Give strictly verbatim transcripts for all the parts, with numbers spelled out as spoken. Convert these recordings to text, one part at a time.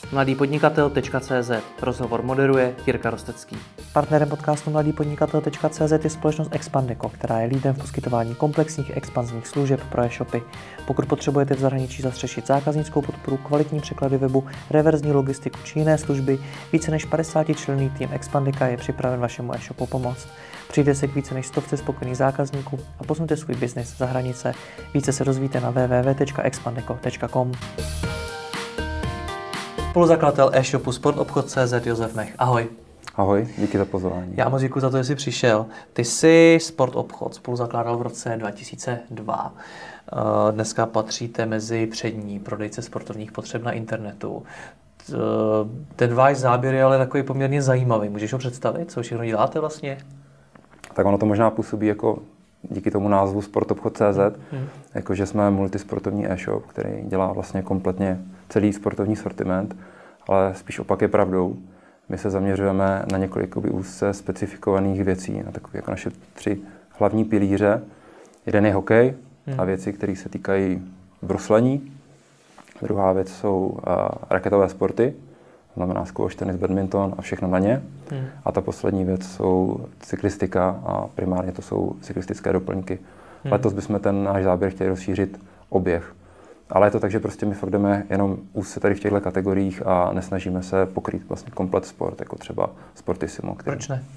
mladý podnikatel tečka cé zet. Rozhovor moderuje Jirka Rostecký. Partnerem podcastu mladý podnikatel tečka cé zet je společnost Expandeco, která je lídrem v poskytování komplexních expanzních služeb pro e-shopy. Pokud potřebujete v zahraničí zastřešit zákaznickou podporu, kvalitní překlady webu, reverzní logistiku či jiné služby, více než padesátičlenný tým Expandeca je připraven vašemu e-shopu pomoct. Přijde se k více než stovce spokojených zákazníků a posuňte svůj biznis za hranice. Více se dozvíte na w w w tečka expandeco tečka com. Spoluzakladatel e-shopu sportobchod tečka cé zet Josef Mech. Ahoj. Ahoj, díky za pozvání. Já moc děkuji za to, že jsi přišel. Ty jsi Sportobchod spoluzakládal v roce dva tisíce dva. Dneska patříte mezi přední prodejce sportovních potřeb na internetu. Ten váš záběr je ale takový poměrně zajímavý. Můžeš ho představit, co všechno děláte vlastně? Tak ono to možná působí jako díky tomu názvu Sportobchod tečka cé zet, hmm. jakože jsme multisportovní e-shop, který dělá vlastně kompletně celý sportovní sortiment, ale spíš opak je pravdou. My se zaměřujeme na několik úzce specifikovaných věcí, na takové jako naše tři hlavní pilíře. Jeden je hokej hmm. a věci, které se týkají bruslení. Druhá věc jsou uh, raketové sporty, to znamená squash, tenis, badminton a všechno na ně. Hmm. A ta poslední věc jsou cyklistika a primárně to jsou cyklistické doplňky. Hmm. Letos bychom ten náš záběr chtěli rozšířit oběh. Ale je to tak, že prostě my fakt jdeme jenom úzce tady v těchto kategoriích a nesnažíme se pokrýt vlastně komplet sport, jako třeba Sportissimo. Který... Proč ne?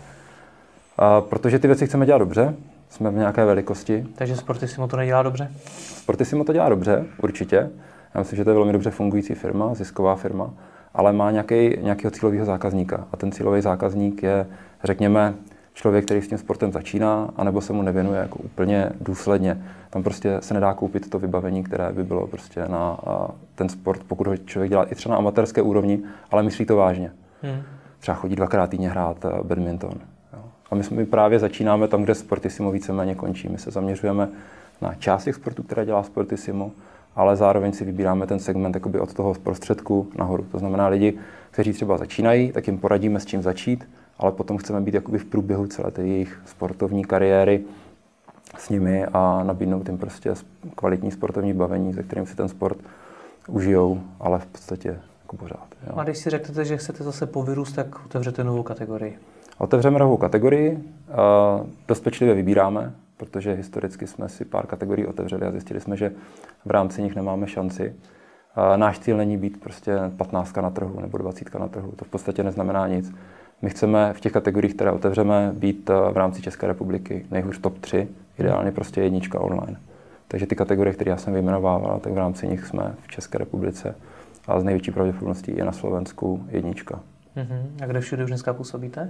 A, protože ty věci chceme dělat dobře, jsme v nějaké velikosti. Takže Sportissimo to nedělá dobře? Sportissimo to dělá dobře, určitě. Já myslím, že to je velmi dobře fungující firma, zisková firma, ale má nějaký, nějakého cílového zákazníka. A ten cílový zákazník je, řekněme, člověk, který s tím sportem začíná, anebo se mu nevěnuje jako úplně důsledně. Tam prostě se nedá koupit to vybavení, které by bylo prostě na ten sport, pokud ho člověk dělá i třeba na amatérské úrovni, ale myslí to vážně. Hmm. Třeba chodí dvakrát týdně hrát badminton. Jo. A my, my právě začínáme tam, kde Sportissimo víceméně končí. My se zaměřujeme na část těch sportů, které dělá Sportissimo, ale zároveň si vybíráme ten segment jakoby od toho prostředku nahoru. To znamená lidi, kteří třeba začínají, tak jim poradíme, s čím začít, ale potom chceme být jakoby v průběhu celé té jejich sportovní kariéry s nimi a nabídnout jim prostě kvalitní sportovní bavení, ze kterým si ten sport užijou, ale v podstatě jako pořád. Jo. A když si řeknete, že chcete zase povyrůst, tak otevřete novou kategorii? Otevřeme novou kategorii, dost pečlivě vybíráme, protože historicky jsme si pár kategorií otevřeli a zjistili jsme, že v rámci nich nemáme šanci. Náš cíl není být prostě patnáctka na trhu nebo dvacítka na trhu, to v podstatě neznamená nic. My chceme v těch kategoriích, které otevřeme, být v rámci České republiky nejhůř top tři, ideálně prostě jednička online. Takže ty kategorie, které já jsem vyjmenovával, tak v rámci nich jsme v České republice a z největší pravděpodobností je na Slovensku jednička. Uh-huh. A kde všude už dneska působíte?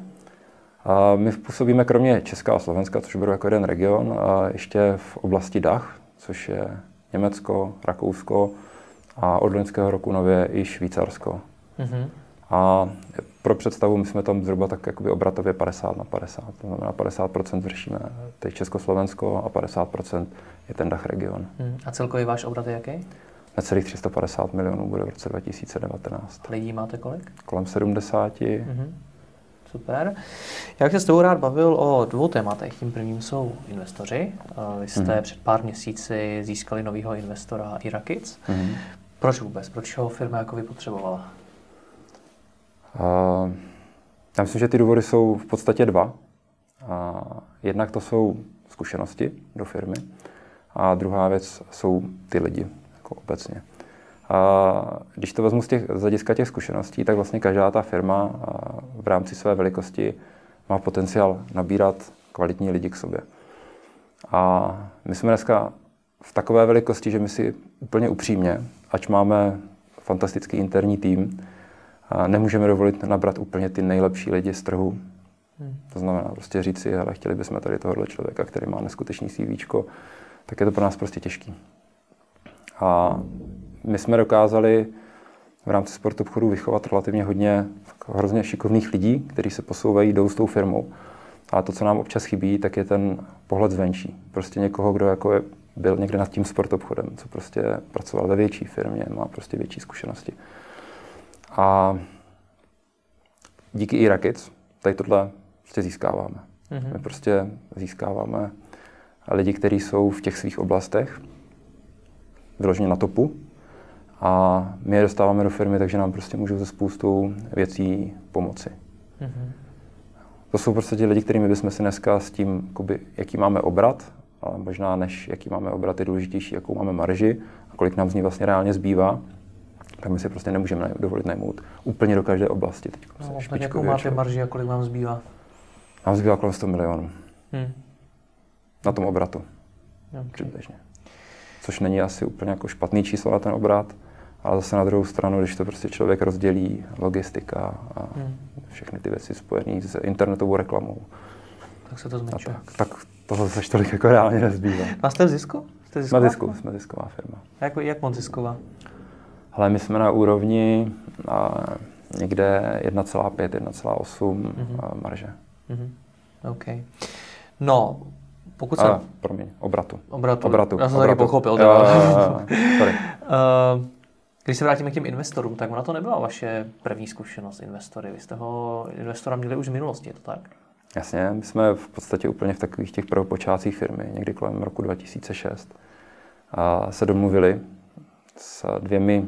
A my působíme kromě Česka a Slovenska, což beru jako jeden region, a ještě v oblasti Dach, což je Německo, Rakousko a od loňského roku nově i Švýcarsko. Uh-huh. A pro představu, my jsme tam zhruba tak jakoby obratově padesát na padesát. To znamená padesát procent řešíme teď Československo a padesát procent je ten Dach region. Hmm. A celkový váš obrat je jaký? Necelých tři sta padesát milionů bude v roce dva tisíce devatenáct. Lidí máte kolik? Kolem sedmdesát. Mm-hmm. Super. Já bych se s tebou rád bavil o dvou tématech. Tím prvním jsou investoři. Vy jste mm-hmm. před pár měsíci získali nového investora Irakic. Mm-hmm. Proč vůbec? Proč ho firma jako vy potřebovala? Uh, já myslím, že ty důvody jsou v podstatě dva. Uh, jednak to jsou zkušenosti do firmy a druhá věc jsou ty lidi, jako obecně. Uh, když to vezmu z, těch, z hlediska těch zkušeností, tak vlastně každá ta firma uh, v rámci své velikosti má potenciál nabírat kvalitní lidi k sobě. A my jsme dneska v takové velikosti, že my si úplně upřímně, ač máme fantastický interní tým, a nemůžeme dovolit nabrat úplně ty nejlepší lidi z trhu. Hmm. To znamená prostě říct si, hele, chtěli bychom tady tohohle člověka, který má neskutečný CVčko, tak je to pro nás prostě těžký. A my jsme dokázali v rámci Sportobchodu vychovat relativně hodně hrozně šikovných lidí, kteří se posouvají, jdou s tou firmou. A to, co nám občas chybí, tak je ten pohled zvenčí. Prostě někoho, kdo jako je, byl někde nad tím sportobchodem, co prostě pracoval ve větší firmě, má prostě větší zkušenosti. A díky Irakic tady tohle prostě získáváme. Mm-hmm. My prostě získáváme lidi, kteří jsou v těch svých oblastech vyloženě na topu a my je dostáváme do firmy, takže nám prostě můžou ze spoustou věcí pomoci. Mm-hmm. To jsou prostě ti lidi, kterými bychom si dneska s tím, jakoby, jaký máme obrat, ale možná než jaký máme obrat, je důležitější, jakou máme marži a kolik nám z ní vlastně reálně zbývá, tak my si prostě nemůžeme dovolit najmout úplně do každé oblasti. Teď no, tak jakou máte marži a kolik vám zbývá? Nám zbývá kolem sto milionů. Hmm. Na tom obratu. Okay. Přibližně. Což není asi úplně jako špatný číslo na ten obrat, ale zase na druhou stranu, když to prostě člověk rozdělí, logistika a hmm. všechny ty věci spojené s internetovou reklamou. Tak se to zmenšuje. Tak, tak toho zase tolik jako reálně nezbývá. A jste v zisku? Jste jsme zisku, jsme zisková firma. A jak, jak moc zisková? Ale my jsme na úrovni a někde jedna celá pět, jedna celá osm mm-hmm. marže. Mm-hmm. OK. No, pokud se... A, promiň, obratu. Obratu. Obratu. Já jsem obratu. taky pochopil. Jo, jo, jo, sorry. uh, když se vrátíme k těm investorům, tak ona to nebyla vaše první zkušenost s investory. Vy jste ho investora měli už v minulosti, je to tak? Jasně, my jsme v podstatě úplně v takových těch prvopočátcích firmy, někdy kolem roku dva tisíce šest, a se domluvili s dvěmi,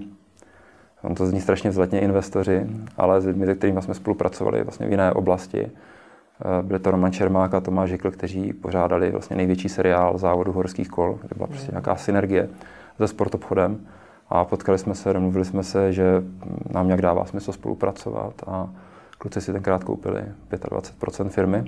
on to zní strašně vzletně, investoři, ale s lidmi, se kterými jsme spolupracovali vlastně v jiné oblasti. Byli to Roman Čermák a Tomáš Žikl, kteří pořádali vlastně největší seriál závodu horských kol, kde byla prostě nějaká synergie se sportobchodem. A potkali jsme se, domluvili jsme se, že nám nějak dává smysl spolupracovat a kluci si tenkrát koupili dvacet pět procent firmy.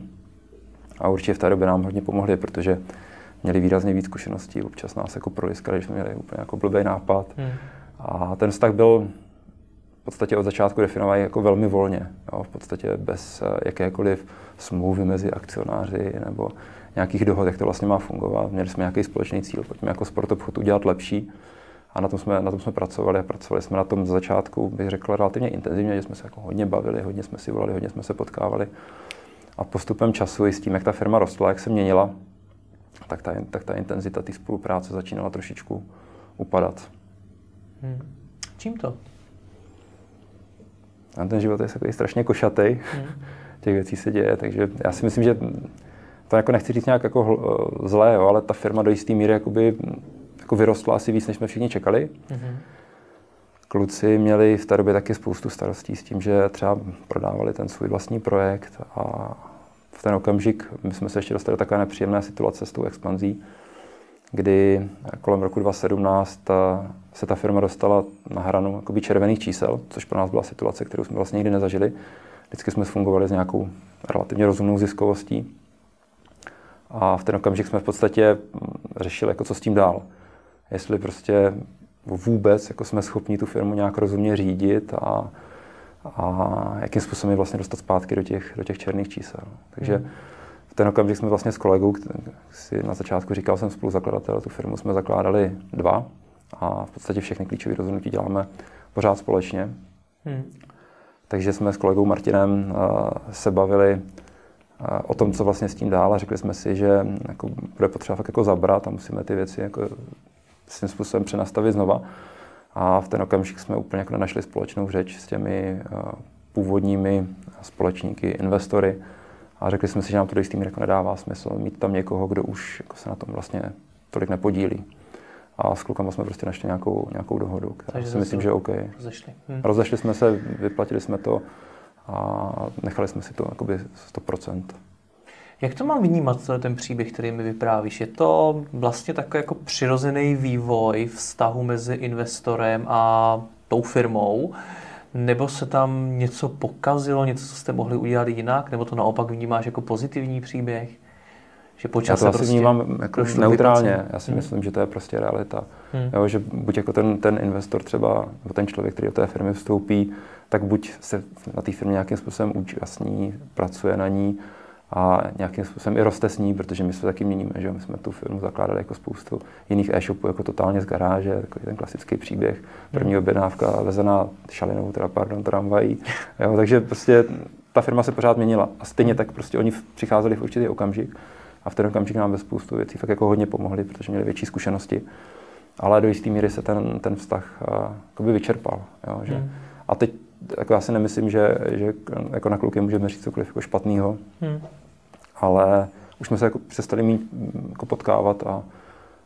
A určitě v té době nám hodně pomohli, protože měli výrazně víc zkušeností, občas nás jako proliskali, že jsme měli úplně jako blbý nápad. Hmm. A ten vztah byl v podstatě od začátku definovaný jako velmi volně, jo, v podstatě bez jakékoliv smlouvy mezi akcionáři nebo nějakých dohod, jak to vlastně má fungovat. Měli jsme nějaký společný cíl, pojďme jako sportobchod udělat lepší. A na tom jsme, na tom jsme pracovali a pracovali jsme na tom z začátku, bych řekl, relativně intenzivně, že jsme se jako hodně bavili, hodně jsme si volali, hodně jsme se potkávali. A postupem času i s tím, jak ta firma rostla, jak se měnila, tak ta, tak ta intenzita té spolupráce začínala trošičku upadat. Hmm. Čím to? A ten život je takový strašně košatý, hmm. těch věcí se děje, takže já si myslím, že to jako nechci říct nějak jako zlé, jo, ale ta firma do jisté míry jakoby, jako vyrostla asi víc, než jsme všichni čekali. Hmm. Kluci měli v té době taky spoustu starostí s tím, že třeba prodávali ten svůj vlastní projekt a v ten okamžik my jsme se ještě dostali do takové nepříjemné situace s tou expanzí, kdy kolem roku dva tisíce sedmnáct se ta firma dostala na hranu jakoby červených čísel, což pro nás byla situace, kterou jsme vlastně nikdy nezažili. Vždycky jsme fungovali s nějakou relativně rozumnou ziskovostí. A v ten okamžik jsme v podstatě řešili, jako co s tím dál. Jestli prostě vůbec jako jsme schopni tu firmu nějak rozumně řídit a, a jakým způsobem je vlastně dostat zpátky do těch, do těch černých čísel. Takže hmm. v ten okamžik jsme vlastně s kolegou, si na začátku říkal, jsem spoluzakladatel, tu firmu jsme zakládali dva a v podstatě všechny klíčové rozhodnutí děláme pořád společně. Hmm. Takže jsme s kolegou Martinem uh, se bavili uh, o tom, co vlastně s tím dál a řekli jsme si, že jako, bude potřeba fakt jako zabrat a musíme ty věci jako svým způsobem přenastavit znova. A v ten okamžik jsme úplně jako našli společnou řeč s těmi uh, původními společníky, investory a řekli jsme si, že nám to do jistý míry jako nedává smysl mít tam někoho, kdo už jako se na tom vlastně tolik nepodílí. A s klukama jsme prostě našli nějakou, nějakou dohodu, která si myslím, že je OK. Rozešli. Hm. Rozešli jsme se, vyplatili jsme to a nechali jsme si to jakoby sto procent. Jak to mám vnímat, ten příběh, který mi vyprávíš? Je to vlastně takový jako přirozený vývoj vztahu mezi investorem a tou firmou? Nebo se tam něco pokazilo, něco, co jste mohli udělat jinak? Nebo to naopak vnímáš jako pozitivní příběh? Že po čase Já to asi prostě vnímám jako neutrálně. vypacím. Já si hmm. myslím, že to je prostě realita. Hmm. Jo, že buď jako ten, ten investor třeba, nebo ten člověk, který do té firmy vstoupí, tak buď se na té firmě nějakým způsobem účastní, pracuje na ní a nějakým způsobem i roste s ní, protože my se taky měníme, že my jsme tu firmu zakládali jako spoustu jiných e-shopů, jako totálně z garáže, takový ten klasický příběh. První objednávka vezená šalinou, teda pardon, tramvají. Jo, takže prostě ta firma se pořád měnila a stejně tak prostě oni přicházeli v určitý okamžik a v ten okamžik nám ve spoustu věcí fakt jako hodně pomohli, protože měli větší zkušenosti. Ale do jisté míry se ten, ten vztah uh, vyčerpal. Jo, že? Hmm. A teď jako já si nemyslím, že, že jako na kluky můžeme říct cokoliv jako špatného, hmm. ale už jsme se jako přestali mít jako potkávat a,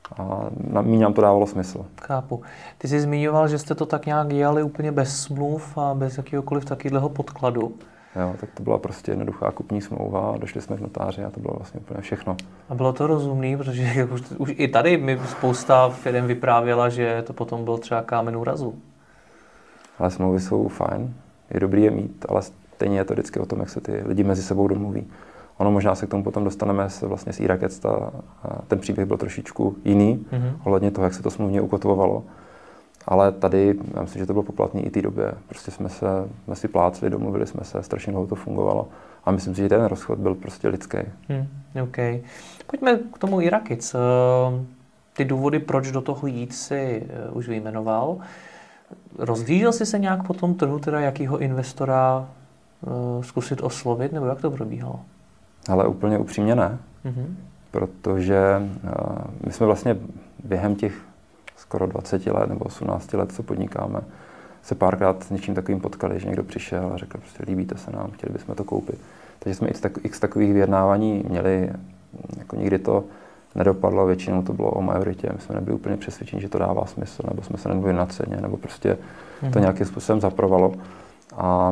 a míň nám to dávalo smysl. Chápu. Ty jsi zmiňoval, že jste to tak nějak dělali úplně bez smluv a bez jakýhokoliv takového podkladu. Jo, tak to byla prostě jednoduchá kupní smlouva, došli jsme k notáři a to bylo vlastně úplně všechno. A bylo to rozumný, protože už, už i tady mi spousta firm vyprávěla, že to potom byl třeba kámen úrazu. Ale smlouvy jsou fajn, je dobrý je mít, ale stejně je to vždycky o tom, jak se ty lidi mezi sebou domluví. Ono možná se k tomu potom dostaneme s, vlastně s e-Rackets, ta, ten příběh byl trošičku jiný, mm-hmm. ohledně toho, jak se to smluvně ukotvovalo. Ale tady, já myslím, že to bylo poplatný i té době. Prostě jsme se, jsme si plácli, domluvili jsme se, strašně dlouho to fungovalo. A myslím si, že ten rozchod byl prostě lidský. Hmm, OK. Pojďme k tomu e-Rackets. Ty důvody, proč do toho jít, si už vyjmenoval. Rozhlížel jsi se nějak po tom trhu, teda jakýho investora uh, zkusit oslovit, nebo jak to probíhalo? Ale úplně upřímně ne, mm-hmm. protože uh, my jsme vlastně během těch skoro dvacet let nebo osmnáct let, co podnikáme, se párkrát s něčím takovým potkali, že někdo přišel a řekl, prostě líbíte se nám, chtěli bychom to koupit. Takže jsme x, tak, x takových vyjednávání měli, jako nikdy to nedopadlo, většinou to bylo o majoritě, my jsme nebyli úplně přesvědčeni, že to dává smysl, nebo jsme se nebyli na ceně, nebo prostě mm-hmm. to nějakým způsobem zaprovalo. A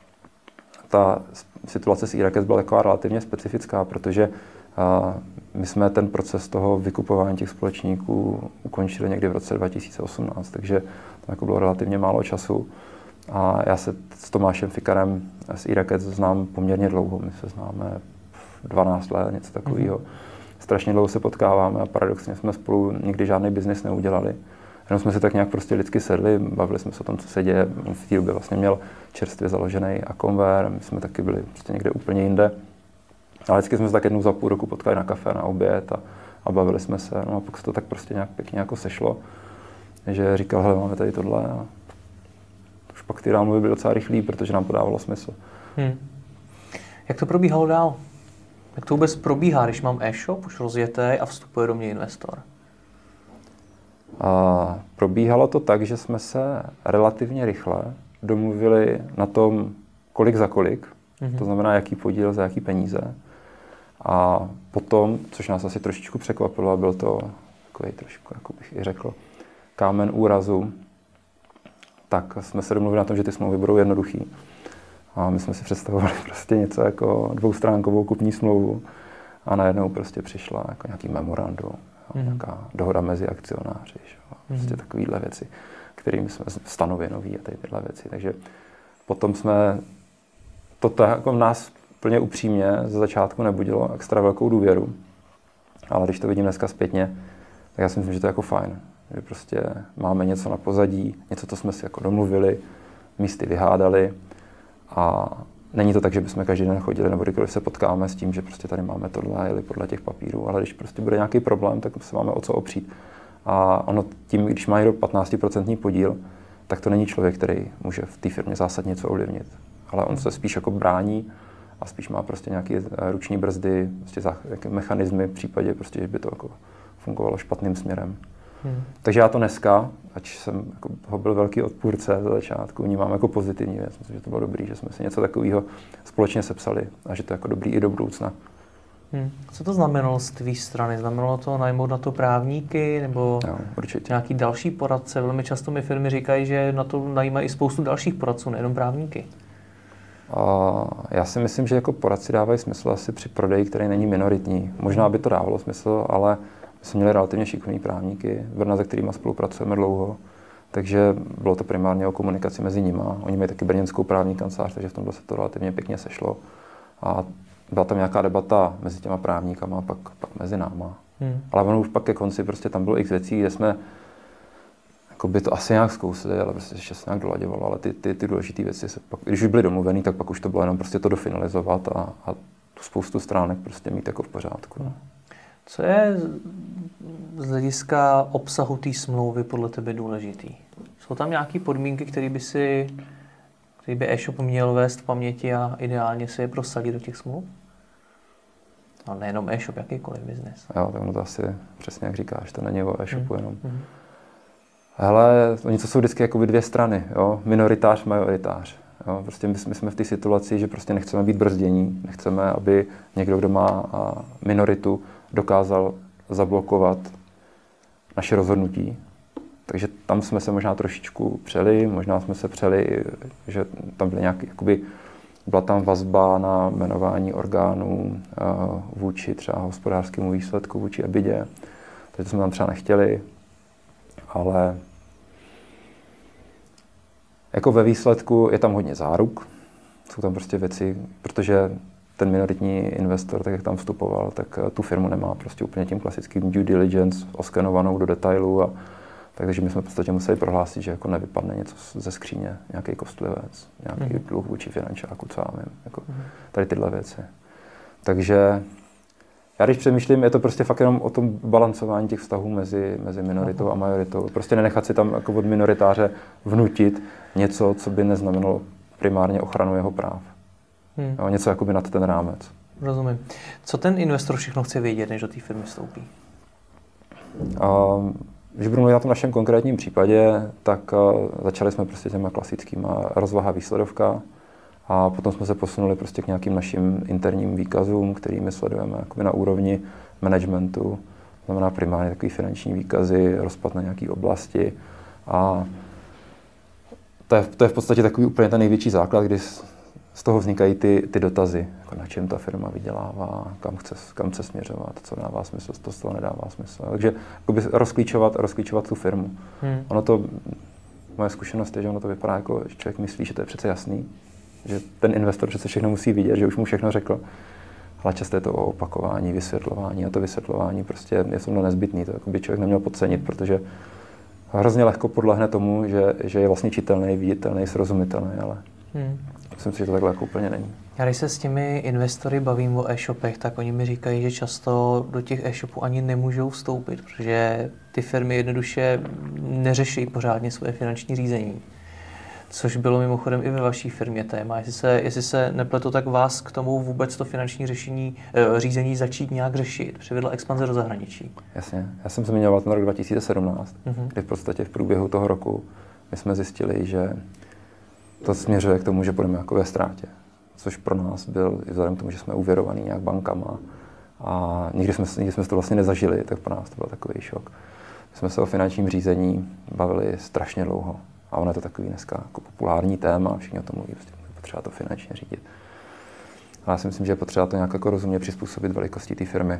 ta situace s e-Rackets byla taková relativně specifická, protože a my jsme ten proces toho vykupování těch společníků ukončili někdy v roce dva tisíce osmnáct, takže tam jako bylo relativně málo času. A já se s Tomášem Fikarem z e-Rackets znám poměrně dlouho, my se známe dvanáct let, něco takového. Mm-hmm. Strašně dlouho se potkáváme a paradoxně jsme spolu nikdy žádný biznis neudělali. Jenom jsme se tak nějak prostě lidsky sedli, bavili jsme se o tom, co se děje. On v té době vlastně měl čerstvě založený Akonver, my jsme taky byli prostě někde úplně jinde. Ale vždycky jsme se tak jednou za půl roku potkali na kafe, na oběd a, a bavili jsme se. No a pak se to tak prostě nějak pěkně jako sešlo, že říkal, hele, máme tady tohle. A už pak ty námluvy byly docela rychlý, protože nám to dávalo smysl. Hmm. Jak to probíhalo dál? Jak to vůbec probíhá, když mám e-shop, už rozjetý a vstupuje do mě investor? A probíhalo to tak, že jsme se relativně rychle domluvili na tom, kolik za kolik, mm-hmm. to znamená, jaký podíl za jaký peníze. A potom, což nás asi trošičku překvapilo, a byl to takový trošku, jako bych i řekl, kámen úrazu, tak jsme se domluvili na tom, že ty smlouvy budou jednoduchý. A my jsme si představovali prostě něco jako dvoustránkovou kupní smlouvu a najednou prostě přišla jako nějaký memorandum, mm-hmm. nějaká dohoda mezi akcionáři, jo, prostě mm-hmm. takovýhle věci, kterými jsme stanovy nový a tady tyhle věci. Takže potom jsme, toto jako v nás plně upřímně ze začátku nebudilo extra velkou důvěru, ale když to vidím dneska zpětně, tak já si myslím, že to je jako fajn, že prostě máme něco na pozadí, něco, co jsme si jako domluvili, místy vyhádali. A není to tak, že bychom každý den chodili nebo kdykoliv se potkáme s tím, že prostě tady máme tohle, jeli podle těch papírů, ale když prostě bude nějaký problém, tak se máme o co opřít. A ono tím, když má někdo patnáct procent podíl, tak to není člověk, který může v té firmě zásadně něco ovlivnit. Ale on se spíš jako brání a spíš má prostě nějaké ruční brzdy, prostě mechanismy v případě, prostě, že by to jako fungovalo špatným směrem. Hmm. Takže já to dneska, ač jsem jako, ho byl velký odpůrce za začátku, vnímám jako pozitivní věc. Myslím, že to bylo dobrý, že jsme si něco takového společně sepsali a že to je jako dobrý i do budoucna. Hmm. Co to znamenalo z tvý strany? Znamenalo to najmout na to právníky nebo jo, nějaký další poradce? Velmi často mi firmy říkají, že na to najímají i spoustu dalších poradců, nejenom právníky. A já si myslím, že jako poradci dávají smysl asi při prodeji, který není minoritní. Možná by to dávalo smysl, ale my jsme měli relativně šikovní právníky, Brna, se kterými spolupracujeme dlouho, takže bylo to primárně o komunikaci mezi nimi. Oni mají taky brněnskou právní kancelář, takže v tomhle se to relativně pěkně sešlo. A byla tam nějaká debata mezi těma právníkama a pak, pak mezi náma. Hmm. Ale ono už pak ke konci prostě tam bylo x věcí, kde jsme jako by to asi nějak zkousli, ale prostě ještě se nějak dolaďovalo, ale ty, ty, ty důležité věci se pak, když už byly domluvený, tak pak už to bylo jenom prostě to dofinalizovat a, a tu spoustu stránek prostě mít jako v pořádku. Hmm. Co je z hlediska obsahu té smlouvy podle tebe důležitý? Jsou tam nějaké podmínky, které by si, který by e-shop měl vést v paměti a ideálně si je prosadit do těch smluv? No nejenom e-shop, jakýkoliv biznes. Jo, tak no to asi přesně jak říkáš, to není o e-shopu mm. jenom. Mm. Hele, oni to jsou vždycky jako dvě strany, jo? Minoritář, majoritář. Jo? Prostě my, my jsme v té situaci, že prostě nechceme být brzdění, nechceme, aby někdo, kdo má minoritu, dokázal zablokovat naše rozhodnutí. Takže tam jsme se možná trošičku přeli, možná jsme se přeli, že tam byly nějaký, jakoby, byla tam vazba na jmenování orgánů uh, vůči třeba hospodářskému výsledku, vůči ebidě. Takže to jsme tam třeba nechtěli, ale jako ve výsledku je tam hodně záruk. Jsou tam prostě věci, protože ten minoritní investor, tak jak tam vstupoval, tak tu firmu nemá prostě úplně tím klasickým due diligence oskenovanou do detailu. A, takže my jsme v podstatě museli prohlásit, že jako nevypadne něco ze skříně, nějaký kostlivec, nějaký mm. dluh vůči finančáku, co já vím. Jako mm. tady tyhle věci. Takže já když přemýšlím, je to prostě fakt jenom o tom balancování těch vztahů mezi, mezi minoritou a majoritou. Prostě nenechat si tam jako od minoritáře vnutit něco, co by neznamenalo primárně ochranu jeho práv. Hmm. Jo, něco jakoby nad ten rámec. Rozumím. Co ten investor všechno chce vědět, než do té firmy vstoupí? A, když budu mluvit na tom našem konkrétním případě, tak a, začali jsme prostě těma klasickýma rozvaha výsledovka a potom jsme se posunuli prostě k nějakým našim interním výkazům, kterými sledujeme jakoby na úrovni managementu. To znamená primárně takový finanční výkazy, rozpad na nějaké oblasti a to je, to je v podstatě takový úplně ten největší základ, kdy z toho vznikají ty, ty dotazy, jako na čem ta firma vydělává, kam chce, kam chce směřovat, co dává smysl, co z toho nedává smysl. Takže rozklíčovat, rozklíčovat tu firmu. Hmm. Ono to, moje zkušenost je, že ono to vypadá jako, že člověk myslí, že to je přece jasný, že ten investor přece všechno musí vidět, že už mu všechno řekl. Ale často je to o opakování, vysvětlování a to vysvětlování prostě je v tomhle nezbytný. To by člověk neměl podcenit, protože hrozně lehko podlehne tomu, že, že je vlastně čitelný, viditelný, srozumitelný, ale hmm. myslím si, že to takhle jako úplně není. Já když se s těmi investory bavím o e-shopech, tak oni mi říkají, že často do těch e-shopů ani nemůžou vstoupit, protože ty firmy jednoduše neřeší pořádně svoje finanční řízení. Což bylo mimochodem i ve vaší firmě téma. Jestli se, jestli se nepletu, tak vás k tomu vůbec to finanční řešení, e, řízení začít nějak řešit. Přivedla expanze do zahraničí. Jasně. Já jsem zmiňoval ten rok dva tisíce sedmnáct, mm-hmm. kdy v podstatě v průběhu toho roku my jsme zjistili, že to směřuje k tomu, že budeme jako ve ztrátě. Což pro nás byl, i vzhledem k tomu, že jsme uvěrovaní nějak bankama a nikdy jsme, nikdy jsme to vlastně nezažili, tak pro nás to byl takový šok. My jsme se o finančním řízení bavili strašně dlouho. A ono je to takový dneska jako populární téma, všichni o tom mluví, prostě potřeba to finančně řídit. A já si myslím, že je potřeba to nějak jako rozumně přizpůsobit velikosti té firmy.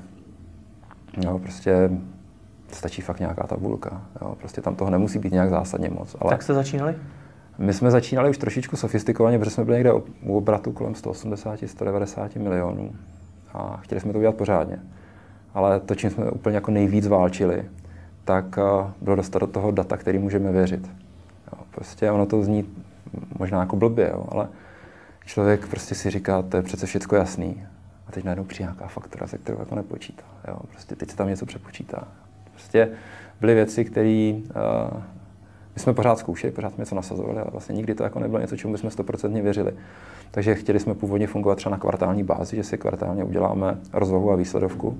Jo, prostě stačí fakt nějaká tabulka. Jo, prostě tam toho nemusí být nějak zásadně moc. Ale tak jste začínali? My jsme začínali už trošičku sofistikovaně, protože jsme byli někde u obratu kolem sto osmdesát až sto devadesát milionů a chtěli jsme to udělat pořádně. Ale to, čím jsme úplně jako nejvíc válčili, tak bylo dostat do toho data, který můžeme věřit. Jo, prostě ono to zní možná jako blbě, jo, ale člověk prostě si říká, to je přece všecko jasný. A teď najednou přijde nějaká faktura, se kterou jako nepočítá. Jo, prostě teď se tam něco přepočítá. Prostě byly věci, které uh, my jsme pořád zkoušeli, pořád jsme něco nasazovali, ale vlastně nikdy to jako nebylo něco, čemu bychom stoprocentně věřili. Takže chtěli jsme původně fungovat třeba na kvartální bázi, že si kvartálně uděláme rozvahu a výsledovku.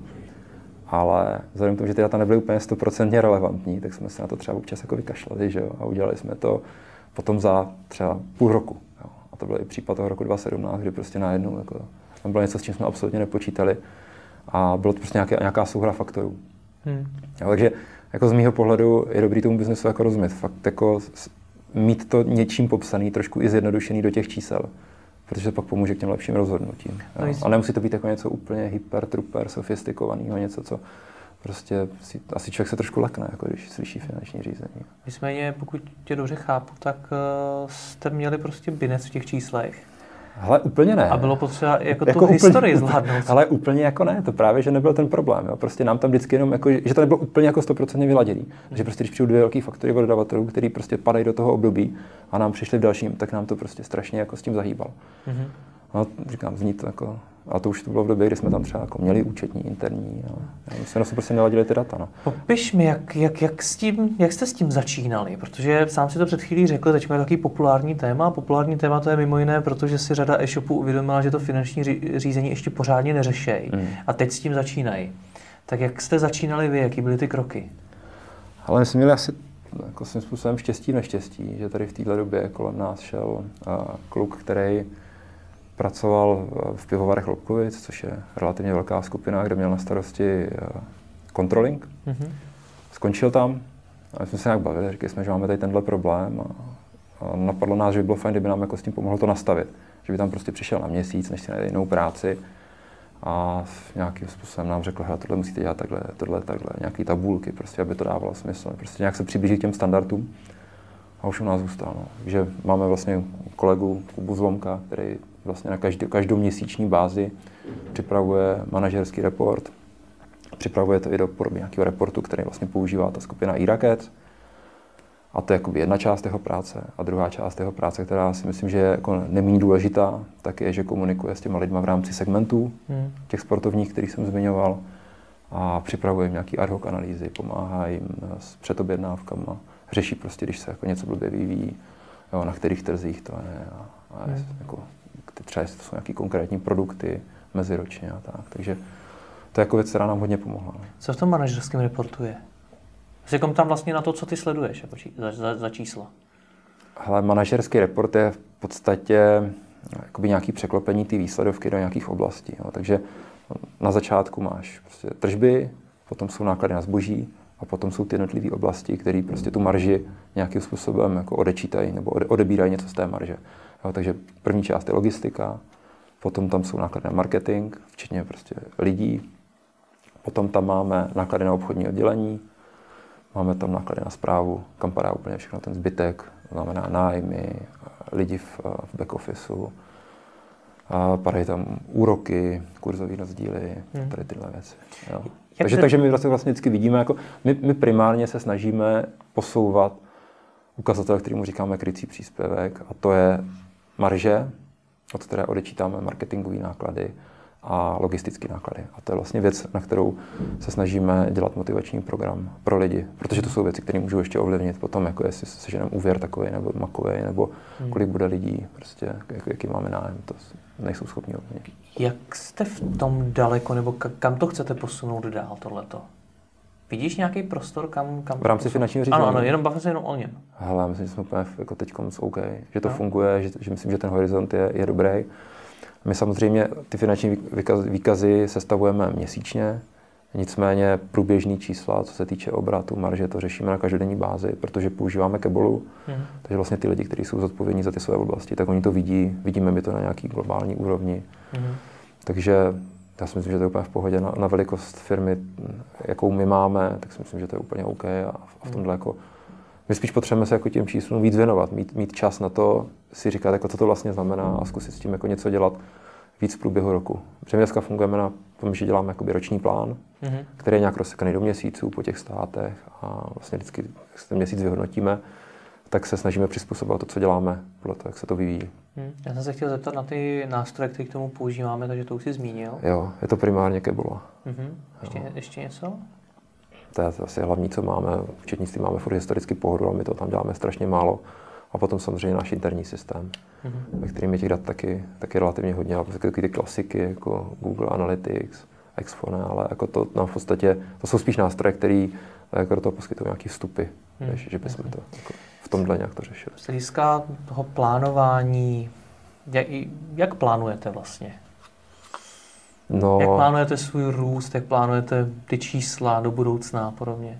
Ale vzhledem k tomu, že ty data nebyly úplně stoprocentně relevantní, tak jsme se na to třeba občas jako vykašlali, že jo? A udělali jsme to potom za třeba půl roku. Jo? A to byl i případ toho roku dva tisíce sedmnáct, kdy prostě najednou jako, tam bylo něco, s čím jsme absolutně nepočítali a bylo to prostě nějaká, nějaká souhra faktorů. Hmm. Jo, takže jako z mýho pohledu je dobrý tomu biznesu jako rozumět. Fakt jako mít to něčím popsaný, trošku i zjednodušený do těch čísel. Protože to pak pomůže k těm lepším rozhodnutím. No, a nemusí to být jako něco úplně hyper, truper, sofistikovaného, něco, co prostě si, asi člověk se trošku lekne, jako když slyší finanční řízení. Nicméně, pokud tě dobře chápu, tak uh, jste měli prostě binec v těch číslech. Hele, úplně ne. A bylo potřeba jako, jako tu úplně, historii zvládnout. Ale úplně jako ne, to právě, že nebyl ten problém. Jo. Prostě nám tam vždycky jenom, jako, že to nebylo úplně jako stoprocentně vyladěný. Hmm. Takže prostě, když přijdu dvě velké faktory od dodavatelů, který prostě padají do toho období a nám přišli v dalším, tak nám to prostě strašně jako s tím zahýbalo. Hmm. No, říkám, zní to jako, a to už to bylo v době, kdy jsme tam třeba jako měli účetní, interní. A my jsme se prostě neladili ty data. No. Popiš mi, jak, jak, jak, s tím, jak jste s tím začínali, protože sám si to před chvílí řekl, teď je takový populární téma. Populární téma to je mimo jiné, protože si řada e-shopů uvědomila, že to finanční řízení ještě pořádně neřešejí. Hmm. A teď s tím začínají. Tak jak jste začínali vy, jaký byly ty kroky? Ale my jsme měli asi jako svým způsobem štěstí neštěstí, že tady v této době kolem nás šel uh, kluk, který pracoval v pivovarech Lobkovic, což je relativně velká skupina, kde měl na starosti controlling. Mm-hmm. skončil tam a my jsme se nějak bavili, říkali jsme, že máme tady tenhle problém a, a napadlo nás, že by bylo fajn, kdyby nám jako s tím pomohlo to nastavit. Že by tam prostě přišel na měsíc, než si najde jinou práci a nějakým způsobem nám řekl, hele, tohle musíte dělat takhle, tohle takhle, nějaký tabulky, prostě, aby to dávalo smysl. Prostě nějak se přiblížit k těm standardům a už u nás zůstal. No. Takže máme vlastně kolegu Kubu Zlomka, který vlastně na každý, každou měsíční bázi připravuje manažerský report. Připravuje to i do podoby nějakého reportu, který vlastně používá ta skupina eRacket. A to je jakoby jedna část jeho práce. A druhá část jeho práce, která si myslím, že je jako neméně důležitá, tak je, že komunikuje s těma lidma v rámci segmentů, hmm. těch sportovních, kterých jsem zmiňoval. A připravuje jim nějaký ad hoc analýzy, pomáhá jim s předobjednávkama, řeší prostě, když se jako něco blbě vyvíjí, jo, na kterých trzích to je. A, a hmm. jako, třeba to jsou nějaké konkrétní produkty meziročně a tak. Takže to je jako věc, která nám hodně pomohla. Co v tom manažerském reportu je? Říkám tam vlastně na to, co ty sleduješ jako či, za, za, za čísla. Hele, manažerský report je v podstatě jakoby nějaký překlopení té výsledovky do nějakých oblastí. Jo. Takže na začátku máš prostě tržby, potom jsou náklady na zboží a potom jsou ty jednotlivé oblasti, které prostě tu marži nějakým způsobem jako odečítají nebo ode, odebírají něco z té marže. Jo, takže první část je logistika, potom tam jsou náklady na marketing, včetně prostě lidí, potom tam máme náklady na obchodní oddělení, máme tam náklady na správu, kam padá úplně všechno ten zbytek, znamená nájmy, lidi v, v back officeu, a padají tam úroky, kurzové rozdíly, hmm. tady tyhle věci. Jo. Takže, se... takže my vlastně, vlastně vždycky vidíme, jako my, my primárně se snažíme posouvat ukazatel, kterému říkáme krycí příspěvek, a to je marže, od které odečítáme marketingové náklady a logistické náklady. A to je vlastně věc, na kterou se snažíme dělat motivační program pro lidi, protože to jsou věci, které můžou ještě ovlivnit potom, jako jestli seženeme úvěr takový nebo makový, nebo kolik bude lidí, prostě, jak, jaký máme nájem, to nejsou schopni ovlivnit. Jak jste v tom daleko, nebo kam to chcete posunout dál, tohleto? Vidíš nějaký prostor, kam... kam v rámci finančního řízení? Ano, ano, jenom bavím se jenom o něm. Hele, myslím, že jsme úplně jako teďkom OK, že to no. funguje, že, že myslím, že ten horizont je, je dobrý. My samozřejmě ty finanční výkazy, výkazy sestavujeme měsíčně, nicméně průběžný čísla, co se týče obratu, marže, to řešíme na každodenní bázi, protože používáme Kebolu, mm. takže vlastně ty lidi, kteří jsou zodpovědní za ty své oblasti, tak oni to vidí, vidíme my to na nějaký globální úrovni. Mm. Takže já si myslím, že to je úplně v pohodě na, na velikost firmy, jakou my máme, tak si myslím, že to je úplně OK a v, a v tomhle jako my spíš potřebujeme se jako těm číslům víc věnovat, mít, mít čas na to, si říkat, jako, co to vlastně znamená a zkusit s tím jako něco dělat víc v průběhu roku. Protože my dneska fungujeme na tom, že děláme jakoby roční plán, mm-hmm. který je nějak rozsekaný do měsíců po těch státech a vlastně vždycky, jak se ten měsíc vyhodnotíme, tak se snažíme přizpůsobovat to, co děláme, podle toho, jak se to vyvíjí. Hmm. Já jsem se chtěl zeptat na ty nástroje, které k tomu používáme, takže to už jsi zmínil. Jo, je to primárně Kebula. Mm-hmm. Ještě, ještě něco? To je asi hlavní, co máme. V účetnictví máme furt historicky pohodu, ale my to tam děláme strašně málo. A potom samozřejmě náš interní systém, mm-hmm. ve kterým je těch dat taky, taky relativně hodně. A taky ty klasiky, jako Google Analytics, Exfone, ale jako to nám v podstatě, to jsou spíš nástroje, které jako do toho poskytují nějaké vstupy, mm. než že bychom to jako v tomhle nějak to řešili. Z hlediska toho plánování, jak, jak plánujete vlastně? No, jak plánujete svůj růst, jak plánujete ty čísla do budoucna a podobně?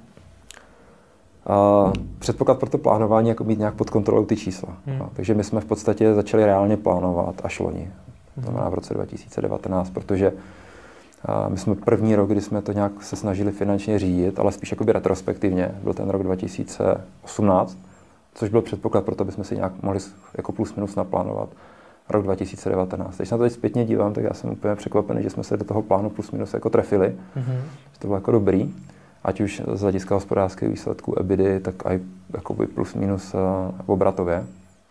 Uh, předpoklad pro to plánování je jako mít nějak pod kontrolou ty čísla. Hmm. No, takže my jsme v podstatě začali reálně plánovat až loni, to znamená v roce dva tisíce devatenáct, protože uh, my jsme první rok, kdy jsme to nějak se snažili finančně řídit, ale spíš jakoby retrospektivně, byl ten rok dva tisíce osmnáct, což byl předpoklad pro to, aby jsme si nějak mohli jako plus minus naplánovat rok dva tisíce devatenáct. Když se na to teď zpětně dívám, tak já jsem úplně překvapený, že jsme se do toho plánu plus minus jako trefili, mm-hmm. že to bylo jako dobrý. Ať už z hlediska hospodářských výsledků EBITy, tak i jakoby plus minus uh, obratově.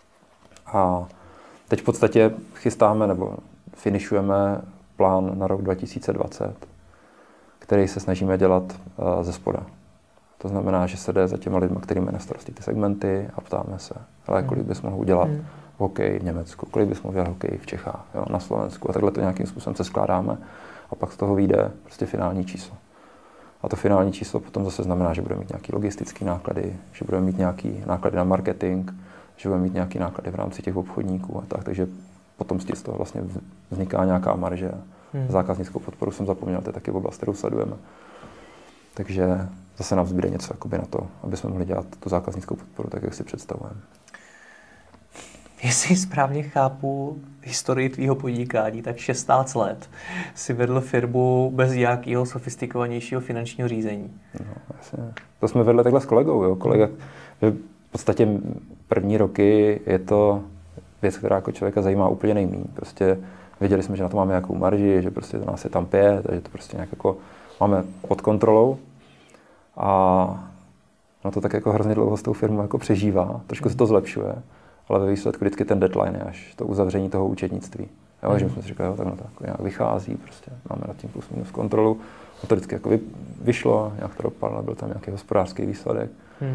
A teď v podstatě chystáme nebo finišujeme plán na rok dva tisíce dvacet, který se snažíme dělat uh, ze spoda. To znamená, že se jde za těma lidma, kterými na starosti ty segmenty a ptáme se, ale kolik bys mohl udělat mm. hokej v Německu, kolik bys mohl udělat hokej v Čechách, jo, na Slovensku. A takhle to nějakým způsobem se skládáme a pak z toho vyjde prostě finální číslo. A to finální číslo potom zase znamená, že budeme mít nějaké logistické náklady, že budeme mít nějaké náklady na marketing, že budeme mít nějaké náklady v rámci těch obchodníků a tak. Takže potom z toho vlastně vzniká nějaká marže. Hmm. Zákaznickou podporu jsem zapomněl, to je taky oblast, kterou sledujeme. Takže zase nám zbyde něco jakoby na to, aby jsme mohli dělat tu zákaznickou podporu, tak jak si představujeme. Jestli správně chápu historii tvýho podnikání, tak šestnáct let si vedl firmu bez nějakého sofistikovanějšího finančního řízení. No, jasně. To jsme vedli takhle s kolegou. Jo. Kolega, v podstatě první roky je to věc, která jako člověka zajímá úplně nejméně. Prostě věděli jsme, že na to máme nějakou marži, že prostě to nás je tam pět, takže to prostě nějak jako máme pod kontrolou. A no to tak jako hrozně dlouho s tou firmou jako přežívá, trošku se to zlepšuje. Ale ve výsledku vždycky ten deadline je až to uzavření toho účetnictví. Jo, mm. že jsme si říkali, jo, tak no to jako nějak vychází, prostě máme nad tím plus minus kontrolu. A to vždycky jako vy, vyšlo, nějak to dopadlo, byl tam nějaký hospodářský výsledek. Mm.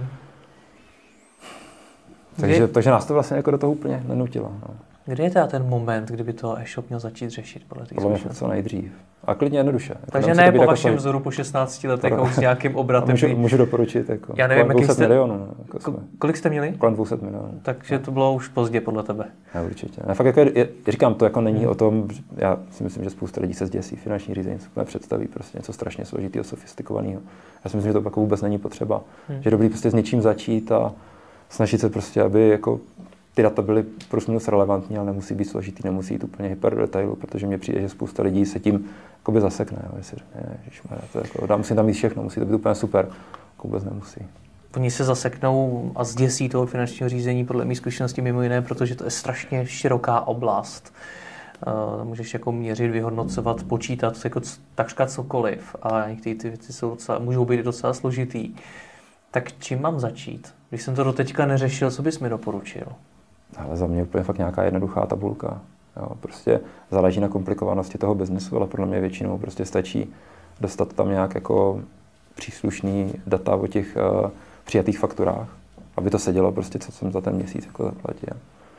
Takže, takže nás to vlastně jako do toho úplně nenutilo. No. Kdy je teda ten moment, kdyby to e-shop měl začít řešit podle těch Podle mě co nejdřív. A klidně jednoduše. Takže ne po vašem jako vzoru po šestnácti letech a už s nějakým obratem. Můžu, můžu doporučit. Jako, já nevím, kolem dvě stě milionů. No, jako kolik jste měli? Kolem dvě stě milionů. Takže to bylo už pozdě podle tebe. Ne, určitě. Ne, fakt jako je, říkám, to jako není hmm. o tom, já si myslím, že spousta lidí se zděsí finanční řízení, co představí prostě něco strašně složitého, sofistikovaného. Já si myslím, že to jako vůbec není potřeba. Hmm. Že je dobrý prostě s něčím začít a snažit se prostě, aby jako ty data byly plus minus relevantní, ale nemusí být složitý, nemusí jít úplně hyper do detailu, protože mně přijde, že spousta lidí se tím jakoby zasekne. Jo, jestli řekne, ježišmarja, to jako, dá, musím tam mít všechno, musí to být úplně super. Jako vůbec nemusí. Oni se zaseknou a zděsí toho finančního řízení podle mých zkušeností mimo jiné, protože to je strašně široká oblast. Uh, můžeš jako měřit, vyhodnocovat, počítat jako takřka cokoliv a některé ty věci jsou docela, můžou být docela složitý. Tak čím mám začít? Když jsem to doteďka neřešil, co bys mi doporučil? Ale za mě úplně fakt nějaká jednoduchá tabulka. Jo, prostě záleží na komplikovanosti toho biznesu, ale podle mě většinou prostě stačí dostat tam nějak jako příslušný data o těch uh, přijatých fakturách, aby to sedělo prostě, co jsem za ten měsíc jako zaplatil.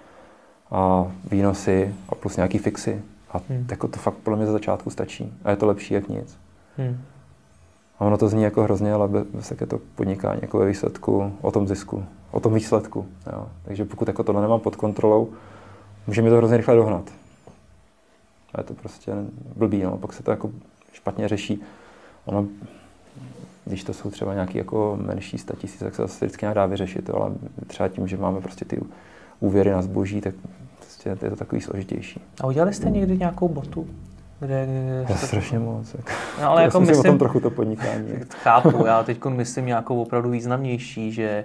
A výnosy a plus nějaký fixy. A hmm. jako to fakt podle mě za začátku stačí. A je to lepší jak nic. Hmm. A ono to zní jako hrozně, ale bez je to podnikání jako ve výsledku o tom zisku, o tom výsledku. Jo. Takže pokud jako tohle nemám pod kontrolou, může mi to hrozně rychle dohnat. A je to prostě blbý, no. Pak se to jako špatně řeší. Ono, když to jsou třeba nějaký jako menší statisíce, tak se to vždycky nějak dá vyřešit, jo. Ale třeba tím, že máme prostě ty úvěry na zboží, tak prostě je to takový složitější. A udělali jste někdy nějakou botu? Kde, kde já strašně moc. Jako. No, ale já jako myslím, myslím, o tom trochu to podnikání. Chápu, já teď myslím nějakou opravdu významnější, že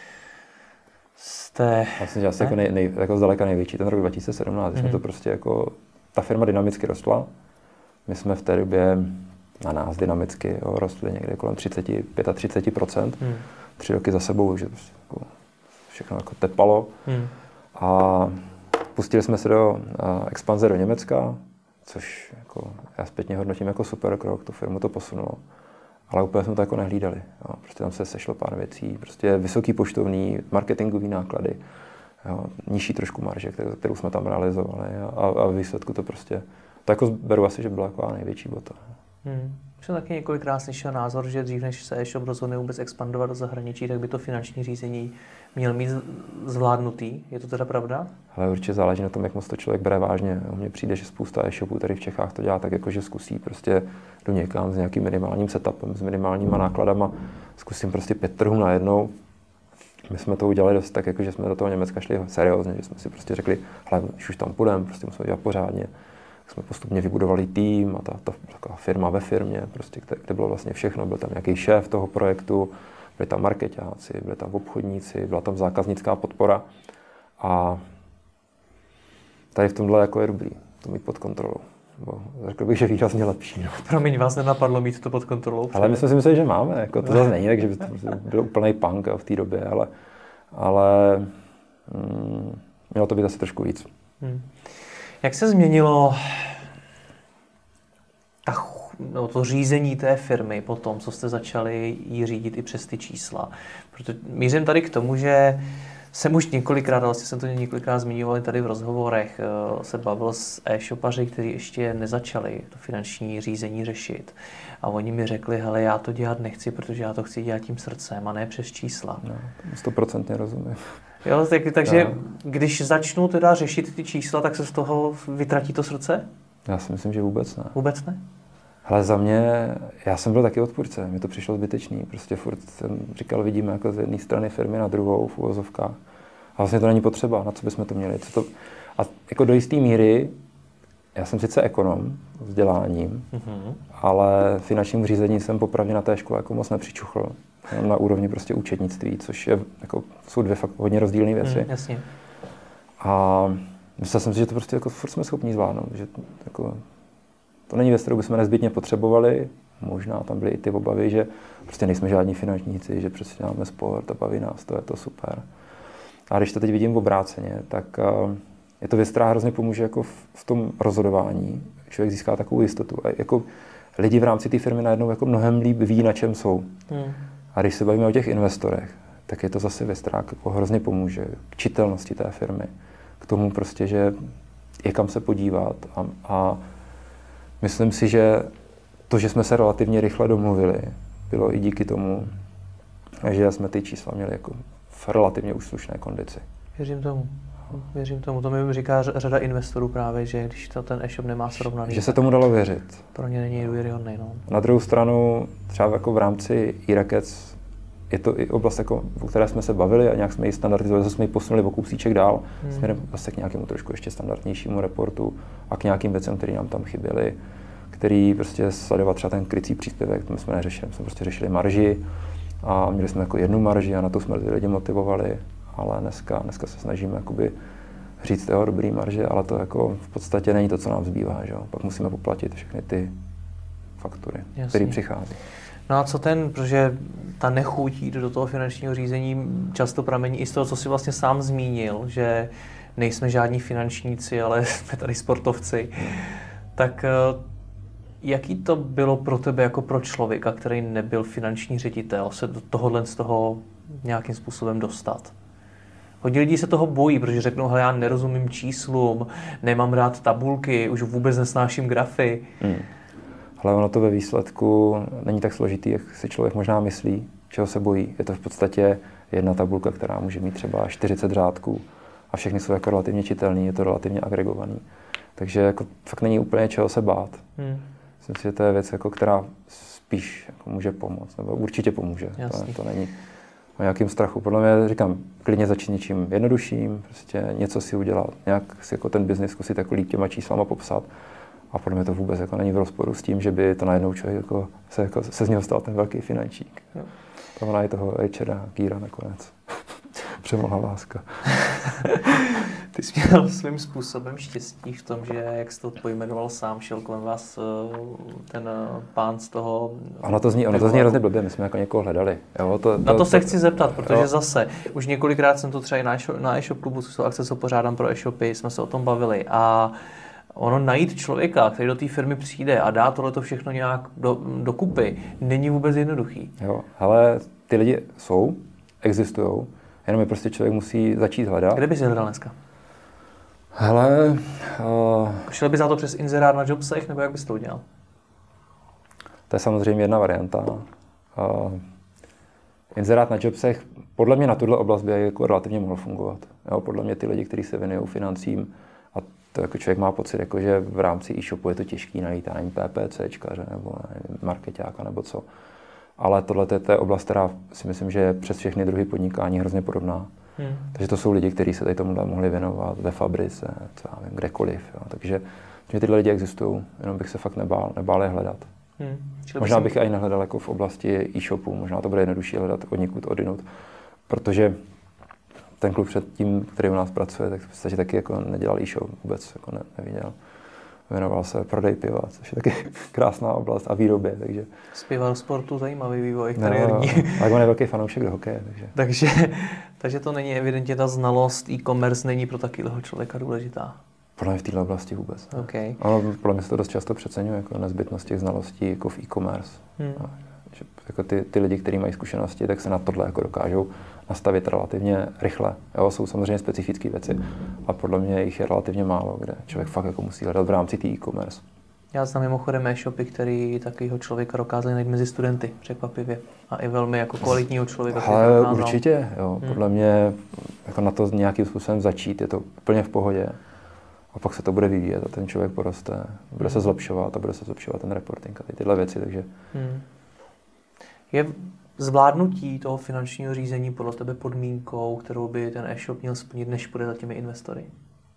jste... Myslím, že asi jako, nej, nej, jako zdaleka největší, ten rok dva tisíce sedmnáct, mm-hmm. jsme to prostě jako, ta firma dynamicky rostla. My jsme v té době na nás dynamicky jo, rostli někde kolem třicet, třicet pět procent. Mm. Tři roky za sebou, že prostě jako všechno jako tepalo. Mm. A pustili jsme se do uh, expanze do Německa, což jako, já zpětně hodnotím jako super krok, tu firmu to posunulo. Ale úplně jsme to jako nehlídali. Jo. Prostě tam se sešlo pár věcí, prostě vysoký poštovní, marketingový náklady, jo, nižší trošku marže, kterou jsme tam realizovali a, a výsledku to prostě, to jako beru asi, že byla jako největší bota. Hmm. Jsem taky několikrát slyšel názor, že dřív než se e-shop rozhodne vůbec expandovat do zahraničí, tak by to finanční řízení měl mít zvládnutý. Je to teda pravda? Ale určitě záleží na tom, jak moc to člověk bere vážně. Mně přijde, že spousta e-shopů tady v Čechách to dělá tak, jako že zkusí prostě do někam s nějakým minimálním setupem, s minimálníma nákladama, zkusím prostě pět trhů najednou. My jsme to udělali dost tak, jako že jsme do toho Německa šli seriózně, že jsme si prostě řekli, hele, když už tam půjdeme, prostě musíme dělat pořádně. Tak jsme postupně vybudovali tým a ta, ta taková firma ve firmě, prostě, kde, kde bylo vlastně všechno. Byl tam nějaký šéf toho projektu, byli tam markeťáci, byli tam obchodníci, byla tam zákaznická podpora. A tady v tomhle jako je dobrý to mít pod kontrolou. Bo řekl bych, že výrazně lepší. No. Promiň, vás nenapadlo mít to pod kontrolou? Ale my jsme si mysleli, že máme. Jako, to zase není tak, že by to byl úplný punk v té době, ale, ale mm, mělo to být asi trošku víc. Hmm. Jak se změnilo ta, no, to řízení té firmy po tom, co jste začali ji řídit i přes ty čísla? Protože mířím tady k tomu, že jsem už několikrát, vlastně jsem to několikrát zmiňoval tady v rozhovorech, se bavil s e-shopaři, kteří ještě nezačali to finanční řízení řešit. A oni mi řekli, hele, já to dělat nechci, protože já to chci dělat tím srdcem a ne přes čísla. No, stoprocentně rozumím. Jo, tak, takže no. Když začnu teda řešit ty čísla, tak se z toho vytratí to srdce? Já si myslím, že vůbec ne. Vůbec ne? Ale za mě, já jsem byl taky odpůrce, mi to přišlo zbytečný. Prostě furt jsem říkal, vidíme jako z jedné strany firmy na druhou v uvozovkách. A vlastně to není potřeba, na co bychom to měli. Co to... A jako do jisté míry, já jsem sice ekonom vzděláním, mm-hmm. ale finančním řízení jsem popravdě na té škole jako moc nepřičuchl. Na úrovni prostě účetnictví, což je, jako, jsou dvě fakt hodně rozdílné věci. Mm, jasně. A myslel jsem si, že to prostě jako furt jsme schopni zvládnout. Že jako, to není věc, kterou bychom nezbytně potřebovali. Možná tam byly i ty obavy, že prostě nejsme žádní finančníci, že prostě děláme sport a baví nás, to je to super. A když to teď vidím obráceně, tak uh, je to věc, která hrozně pomůže jako v, v tom rozhodování. Člověk získá takovou jistotu. A jako lidi v rámci té firmy najednou jako mnohem líp ví, na čem jsou. Hmm. A když se bavíme o těch investorech, tak je to zase věc, která jako hrozně pomůže k čitelnosti té firmy. K tomu prostě, že je kam se podívat. A, a myslím si, že to, že jsme se relativně rychle domluvili, bylo i díky tomu, že jsme ty čísla měli jako v relativně už slušné kondici. Věřím tomu. Věřím tomu. To mi říká řada investorů právě, že když to ten e-shop nemá srovnaný. Že se tomu dalo věřit. Pro ně není důvěryhodný. No. Na druhou stranu, třeba jako v rámci e-Rackets je to i oblast, jako, o které jsme se bavili a nějak jsme ji standardizovali, zase jsme ji posunuli o kousíček dál, hmm. směrem zase k nějakému trošku ještě standardnějšímu reportu a k nějakým věcem, které nám tam chyběly, který prostě sledovat třeba ten krycí příspěvek, to my jsme neřešili, jsme prostě řešili marži a měli jsme jako jednu marži a na to jsme ty lidi motivovali, ale dneska, dneska se snažíme jakoby říct jo, dobrý marže, ale to jako v podstatě není to, co nám zbývá, že jo? Pak musíme poplatit všechny ty faktury, které přichází. No a co ten, protože ta nechuť jít do toho finančního řízení často pramení i z toho, co jsi vlastně sám zmínil, že nejsme žádní finančníci, ale jsme tady sportovci, hmm. tak jaký to bylo pro tebe jako pro člověka, který nebyl finanční ředitel, se do tohohle z toho nějakým způsobem dostat? Hodně lidí se toho bojí, protože řeknou, hele, já nerozumím číslům, nemám rád tabulky, už vůbec nesnáším grafy. Hmm. Ale ono to ve výsledku není tak složitý, jak si člověk možná myslí, čeho se bojí. Je to v podstatě jedna tabulka, která může mít třeba čtyřicet řádků a všechny jsou jako relativně čitelný, je to relativně agregovaný. Takže jako fakt není úplně čeho se bát. Hmm. Myslím si, že to je věc, jako, která spíš jako může pomoct, nebo určitě pomůže. To, to není o nějakým strachu. Podle mě říkám, klidně začít něčím jednodušším, prostě něco si udělat, nějak si jako ten biznis zkusit jako líp těma číslama popsat. A podle mě to vůbec jako není v rozporu s tím, že by to najednou člověk jako se, jako se z něho stal ten velký finančík. Tam ona i toho há era Kýra nakonec. Přemohla láska. Ty jsi měl svým způsobem štěstí v tom, že, jak jsi to pojmenoval sám, šel kolem vás ten pán z toho... Ono to zní, ono to zní hrozně blbě, my jsme jako někoho hledali. Jo, to, to, na to, to se chci zeptat, protože jo. zase, už několikrát jsem to třeba i na, na e-shop klubu, co jsou akce, co pořádám pro e-shopy, jsme se o tom bavili a ono najít člověka, který do té firmy přijde a dá tohleto všechno nějak do, dokupy, není vůbec jednoduchý. Jo, ale ty lidi jsou, existujou, jenom je prostě člověk musí začít hledat. Kde bys je hledal dneska? Hele... Uh, Šel bys za to přes inzerát na Jobsech, nebo jak bys to udělal? To je samozřejmě jedna varianta. Uh, inzerát na Jobsech, podle mě na tuhle oblast by jako relativně mohl fungovat. Jo, podle mě ty lidi, kteří se věnují financím, a to jako člověk má pocit, jako, že v rámci e-shopu je to těžký najít, ani PPCčkaře nebo nevím, markeťáka nebo co. Ale tohle je ta oblast, která si myslím, že je přes všechny druhy podnikání hrozně podobná. Hmm. Takže to jsou lidi, kteří se tady tomuhle mohli věnovat ve fabrice, co já vím, kdekoliv. Jo. Takže tyhle lidi existují, jenom bych se fakt nebál, nebál je hledat. Hmm. Možná bych i nehledal jako v oblasti e-shopu, možná to bude jednodušší hledat od někud odinut, protože ten kluk předtím, který u nás pracuje, tak v podstatě taky jako nedělal e-shop, vůbec jako ne, neviděl. Věnoval se prodej piva, což je taky krásná oblast a výrobě, takže... Zpíval sportu, zajímavý vývoj kariérní. No, ale on je velký fanoušek do hokeje, takže... takže... Takže to není evidentně, ta znalost e-commerce není pro takového člověka důležitá. Podle mě v této oblasti vůbec. Okay. Ale podle mě se to dost často přeceňuje, jako nezbytnost těch znalostí jako v e-commerce. Hmm. A, že jako ty, ty lidi, kteří mají zkušenosti, tak se na tohle jako dokážou nastavit relativně rychle. Jo, jsou samozřejmě specifické věci, a podle mě jich je relativně málo, kde člověk fakt jako musí hledat v rámci té e-commerce. Já znám mimochodem e-shopy, který takového člověka dokázali najít mezi studenty, překvapivě. A i velmi jako kvalitního člověka. Ale určitě, jo. Hmm. Podle mě jako na to nějakým způsobem začít, je to úplně v pohodě. A pak se to bude vyvíjet a ten člověk poroste, bude se zlepšovat a bude se zlepšovat ten reporting a ty tyhle věci, takže... Hmm. Je zvládnutí toho finančního řízení podle tebe podmínkou, kterou by ten e-shop měl splnit, než půjde za těmi investory?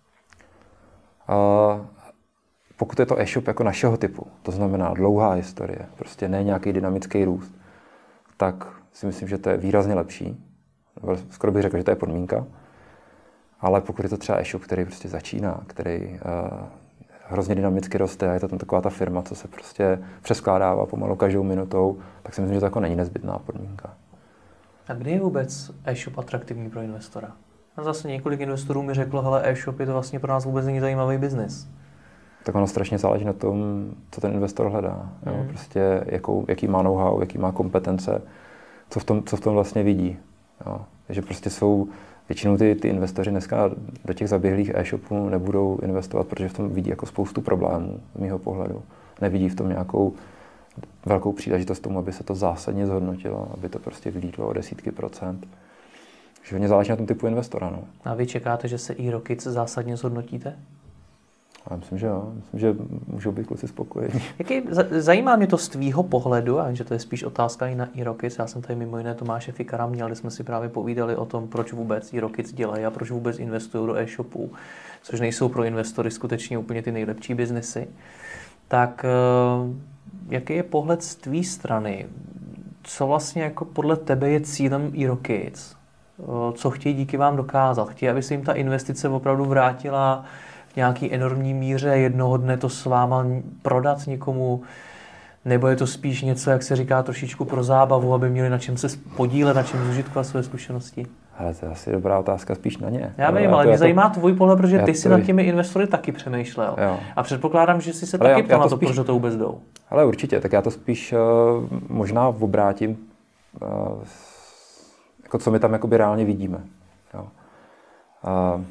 Uh, pokud je to e-shop jako našeho typu, to znamená dlouhá historie, prostě ne nějaký dynamický růst, tak si myslím, že to je výrazně lepší. Skoro bych řekl, že to je podmínka. Ale pokud je to třeba e-shop, který prostě začíná, který uh, hrozně dynamicky roste a je to tam taková ta firma, co se prostě přeskládává pomalu každou minutou, tak si myslím, že to jako není nezbytná podmínka. A kdy je vůbec e-shop atraktivní pro investora? A zase několik investorů mi řeklo, hele, e-shop je to vlastně pro nás vůbec není zajímavý biznis. Tak ono strašně záleží na tom, co ten investor hledá. Mm. Jo? Prostě jakou, jaký má know-how, jaký má kompetence, co v tom, co v tom vlastně vidí. Jo? Takže prostě jsou většinou ty, ty investoři dneska do těch zaběhlých e-shopů nebudou investovat, protože v tom vidí jako spoustu problémů z mýho pohledu. Nevidí v tom nějakou velkou příležitost tomu, aby se to zásadně zhodnotilo, aby to prostě vylítlo o desítky procent. Takže hodně záleží na tom typu investora. No. A vy čekáte, že se e-Rockets zásadně zhodnotíte? Já myslím, že jo. Myslím, že můžou být kluci spokojení. Jaký, zajímá mě to z tvýho pohledu, a že to je spíš otázka i na e-Rockets. Já jsem tady mimo jiné Tomáše Fikara měl, kde jsme si právě povídali o tom, proč vůbec e-Rockets dělají a proč vůbec investují do e-shopů, což nejsou pro investory skutečně úplně ty nejlepší biznesy. Tak jaký je pohled z tvý strany? Co vlastně jako podle tebe je cílem e-Rockets? Co chtějí díky vám dokázat? Chtějí, aby se jim ta investice opravdu vrátila v nějaký enormní míře, jednoho dne to s váma prodat někomu, nebo je to spíš něco, jak se říká, trošičku pro zábavu, aby měli na čem se podílet, na čem zužitkovat své zkušenosti? Ale to je asi dobrá otázka spíš na ně. Já vím, ale mě to zajímá tvůj pohled, protože ty si nad těmi investory taky přemýšlel. Jo. A předpokládám, že jsi se ale taky já, ptal já to na to, spíš, proč to vůbec jdou. Ale určitě, tak já to spíš uh, možná obrátím, uh, jako co my tam jakoby reálně vidíme. Jo. Uh,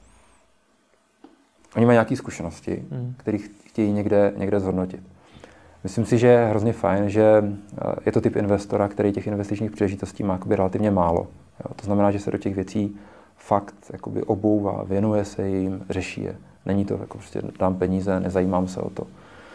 Oni mají nějaké zkušenosti, hmm. které chtějí někde, někde zhodnotit. Myslím si, že je hrozně fajn, že je to typ investora, který těch investičních příležitostí má jakoby relativně málo. Jo, to znamená, že se do těch věcí fakt jakoby obouvá, věnuje se jim, řeší je. Není to jako prostě dám peníze, nezajímám se o to.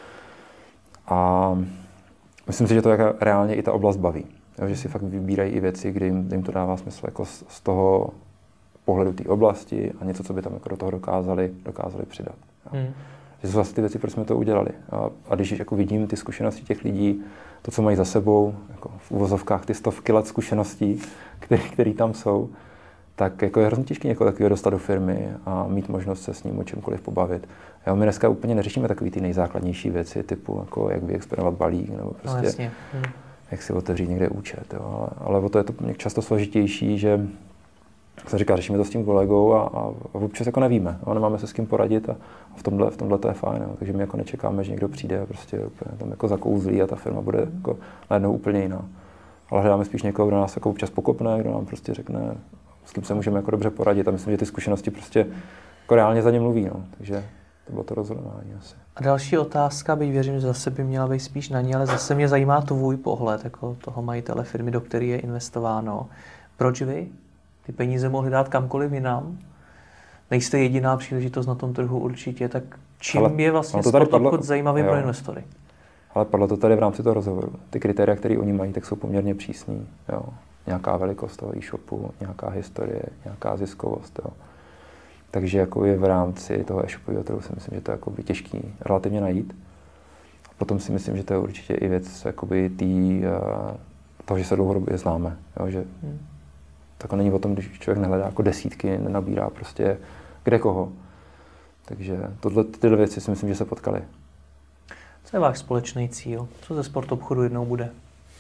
A myslím si, že to jako reálně i ta oblast baví. Jo, že si fakt vybírají i věci, kdy jim, kdy jim to dává smysl jako z, z toho pohledu té oblasti a něco, co by tam jako do toho dokázali, dokázali přidat. Hmm. Že jsou vlastně ty věci, proč jsme to udělali. A, a když jako vidím ty zkušenosti těch lidí, to, co mají za sebou, jako v uvozovkách ty stovky let zkušeností, které tam jsou, tak jako je hrozně těžké někoho takového dostat do firmy a mít možnost se s ním o čemkoliv pobavit. Jo, my dneska úplně neřešíme takové ty nejzákladnější věci, typu jako jak vyexponovat balík, nebo prostě no, hmm. jak si otevřít někde účet. Jo. Ale, ale o to je to často složitější, že jak se říká, řešíme to s tím kolegou a, a občas jako nevíme, jo, nemáme se s kým poradit a, a v tomhle, v tomhle to je fajn, jo. Takže my jako nečekáme, že někdo přijde a prostě úplně tam jako zakouzlí a ta firma bude jako najednou úplně jiná. Ale hledáme spíš někoho, kdo nás jako občas pokopne, kdo nám prostě řekne, s kým se můžeme jako dobře poradit a myslím, že ty zkušenosti prostě jako reálně za ně mluví, no. Takže to bylo to rozhodování asi. A další otázka, byť věřím, že zase by měla být spíš na ní, ale zase mě zajímá tvůj pohled jako toho majitele firmy, do které je investováno. Proč vy? Ty peníze mohli dát kamkoliv jinam. Nejste jediná příležitost na tom trhu určitě, tak čím ale, je vlastně sport obchod zajímavý jo. pro investory? Ale padlo to tady v rámci toho rozhovoru. Ty kritéria, které oni mají, tak jsou poměrně přísný. Jo. Nějaká velikost toho e-shopu, nějaká historie, nějaká ziskovost. Jo. Takže jako je v rámci toho e-shopového trhu si myslím, že to je jako těžký relativně najít. A potom si myslím, že to je určitě i věc jakoby tý, toho, že se dlouhodobě známe. Jo, že hmm. tak není o tom, když člověk nehledá jako desítky, nenabírá prostě kde koho. Takže tohle, tyhle věci si myslím, že se potkaly. Co je váš společný cíl? Co ze sport obchodu jednou bude?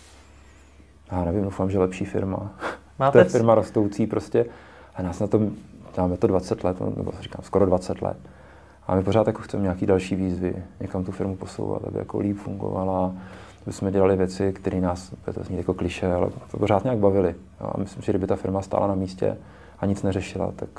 Já nevím, doufám, že lepší firma. Máte to je firma rostoucí prostě. A nás na tom, máme to dvacet let, nebo říkám skoro dvacet let. A my pořád jako chceme nějaký další výzvy, někam tu firmu posouvat, aby jako líp fungovala, aby jsme dělali věci, které nás, to zní jako klišé, ale to pořád nějak bavili. A myslím si, že kdyby ta firma stála na místě a nic neřešila, tak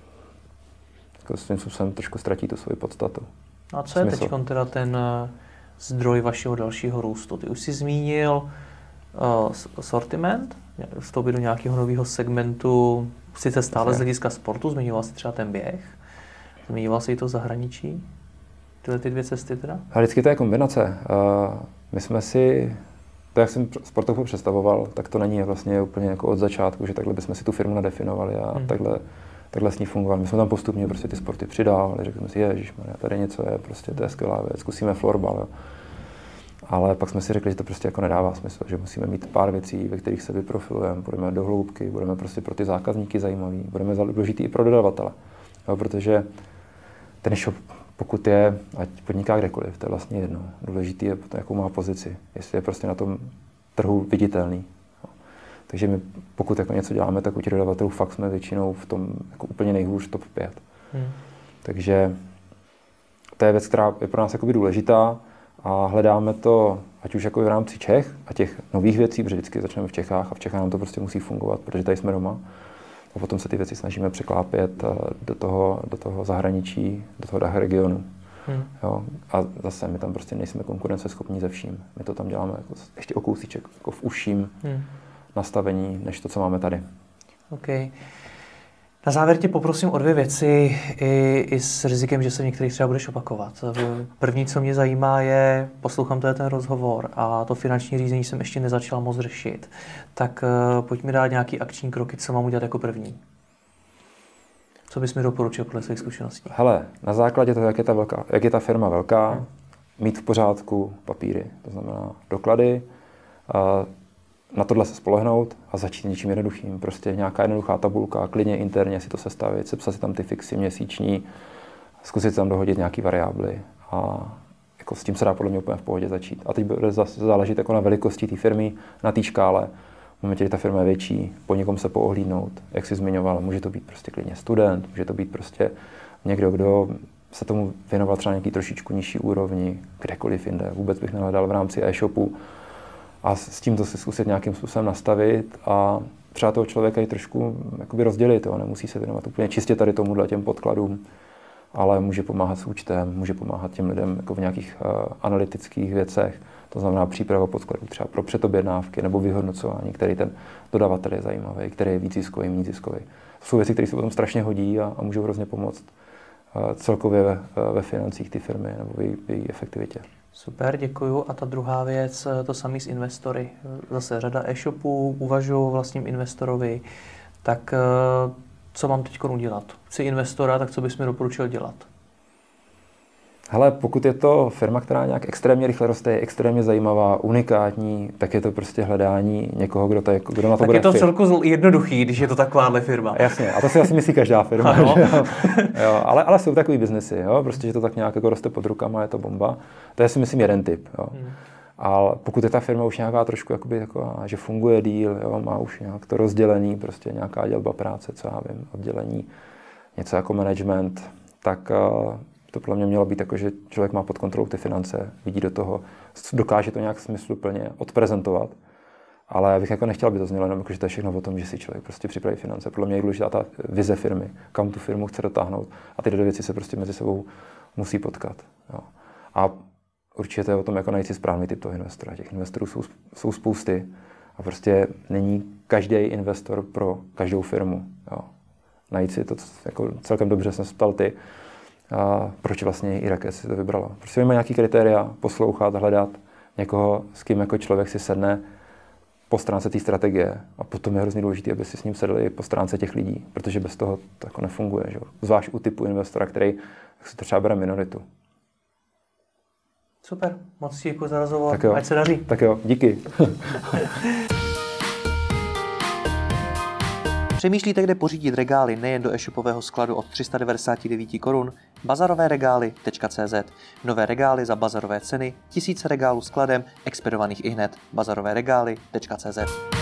jako svým způsobem trošku ztratí tu svoji podstatu. A co je teď teda ten zdroj vašeho dalšího růstu? Ty už jsi zmínil uh, sortiment, vstoupit do nějakého nového segmentu, sice stále z hlediska sportu, zmiňoval jsi třeba ten běh, Zmiňoval jsi to v zahraničí? Tyhle ty dvě cesty teda? A vždycky to je kombinace. My jsme si, to jak jsem sportovku představoval, tak to není vlastně úplně jako od začátku, že takhle bychom si tu firmu nadefinovali a hmm. takhle, takhle s ní fungovali. My jsme tam postupně prostě ty sporty přidávali, řekli jsme si, ježišmarja, tady něco je, prostě to je skvělá věc, zkusíme florbal. Jo. Ale pak jsme si řekli, že to prostě jako nedává smysl, že musíme mít pár věcí, ve kterých se vyprofilujeme, budeme do hloubky, budeme prostě pro ty zákazníky zajímaví, budeme důležitý i pro dodavatele. Jo, protože ten shop, pokud je, ať podniká kdekoliv, to je vlastně jedno. Důležitý je, jakou má pozici, jestli je prostě na tom trhu viditelný. Jo. Takže my, pokud jako něco děláme, tak u těch dodavatelů fakt jsme většinou v tom jako úplně nejhůř top pět. Hmm. Takže to je věc, která je pro nás jakoby důležitá. A hledáme to, ať už jako v rámci Čech a těch nových věcí, protože vždycky začneme v Čechách a v Čechách nám to prostě musí fungovat, protože tady jsme doma. A potom se ty věci snažíme překlápět do toho, do toho zahraničí, do toho D A C H regionu. Hmm. Jo? A zase my tam prostě nejsme konkurenceschopní ze vším. My to tam děláme jako ještě o kousíček, jako v užším hmm. nastavení, než to, co máme tady. Okay. Na závěr tě poprosím o dvě věci, i, i s rizikem, že se v některých třeba budeš opakovat. První, co mě zajímá, je, poslouchám to ten rozhovor a to finanční řízení jsem ještě nezačal moc řešit. Tak uh, pojď mi dát nějaký akční kroky, co mám udělat jako první. Co bys mi doporučil podle svých zkušeností? Hele, na základě toho, jak je ta, velká, jak je ta firma velká, hmm. mít v pořádku papíry, to znamená doklady, uh, na tohle se spolehnout a začít něčím jednoduchým. Prostě nějaká jednoduchá tabulka, klidně interně si to sestavit, sepsat si tam ty fixy měsíční, zkusit tam dohodit nějaký variábly a jako s tím se dá podle mě úplně v pohodě začít. A teď bude zase záležet jako na velikosti té firmy, na té škále. V momentě, kdy ta firma je větší, po někom se poohlídnout, jak jsi zmiňoval, může to být prostě klidně student, může to být prostě někdo, kdo se tomu věnoval třeba nějaký trošičku nižší úrovni, kdekoliv jinde. Vůbec bych nehledal v rámci e-shopu. A s tímto si zkusit nějakým způsobem nastavit a třeba toho člověka i trošku jakoby rozdělit. Jo. Nemusí se věnovat úplně čistě tady tomuhle těm podkladům, ale může pomáhat s účtem, může pomáhat těm lidem jako v nějakých uh, analytických věcech, to znamená příprava podkladů třeba pro předobjednávky nebo vyhodnocování, který ten dodavatel je zajímavý, který je víc ziskový, méně ziskový. To jsou věci, které se potom strašně hodí a, a můžou hrozně pomoct uh, celkově ve, ve financích té firmy nebo v její, v její efektivitě. Super, děkuju. A ta druhá věc, to samý s investory. Zase řada e-shopů uvažují vlastním investorovi. Tak co mám teď udělat? Chci investora, tak co bys mi doporučil dělat? Hele, pokud je to firma, která nějak extrémně rychle roste, je extrémně zajímavá, unikátní, tak je to prostě hledání někoho, kdo, to je, kdo na to tak bude. Tak je to celku jednoduchý, když je to takováhle firma. Jasně, a to si asi myslí každá firma. Ano. jo, jo, ale, ale jsou takový biznesy, jo, prostě, že to tak nějak jako roste pod rukama, je to bomba. To je si myslím jeden typ. Jo. Hmm. Ale pokud je ta firma už nějaká trošku, jakoby taková, že funguje díl, jo, má už nějak to rozdělený, prostě nějaká dělba práce, co já vím, oddělení, něco jako management, tak to podle mě mělo být jako, že člověk má pod kontrolou ty finance, vidí do toho, dokáže to nějak smysluplně odprezentovat, ale já bych jako nechtěl, aby to znělo jenom jako, že to je všechno o tom, že si člověk prostě připraví finance. Podle mě je důležitá ta vize firmy, kam tu firmu chce dotáhnout a ty dvě věci se prostě mezi sebou musí potkat. Jo. A určitě to je o tom, jako najít si správný typ toho investora. Těch investorů jsou, jsou spousty a prostě není každý investor pro každou firmu. Jo. Najít si to, jako celkem dobře jsem se ptal ty, a proč vlastně i Raket si to vybrala. Prostě má nějaký kritéria, poslouchat, hledat někoho, s kým jako člověk si sedne po stránce té strategie a potom je hrozně důležité, aby si s ním sedli po stránce těch lidí, protože bez toho to jako nefunguje. Že? Zvlášť u typu investora, který jak se to třeba bere minoritu. Super, moc ti děkuji za rozhovor, ať se daří. Tak jo, díky. Přemýšlíte, kde pořídit regály nejen do e-shopového skladu od tři sta devadesát devět korun? bazarové regály tečka cé zet. Nové regály za bazarové ceny, tisíce regálů skladem, expedovaných ihned. bazarové regály tečka cé zet.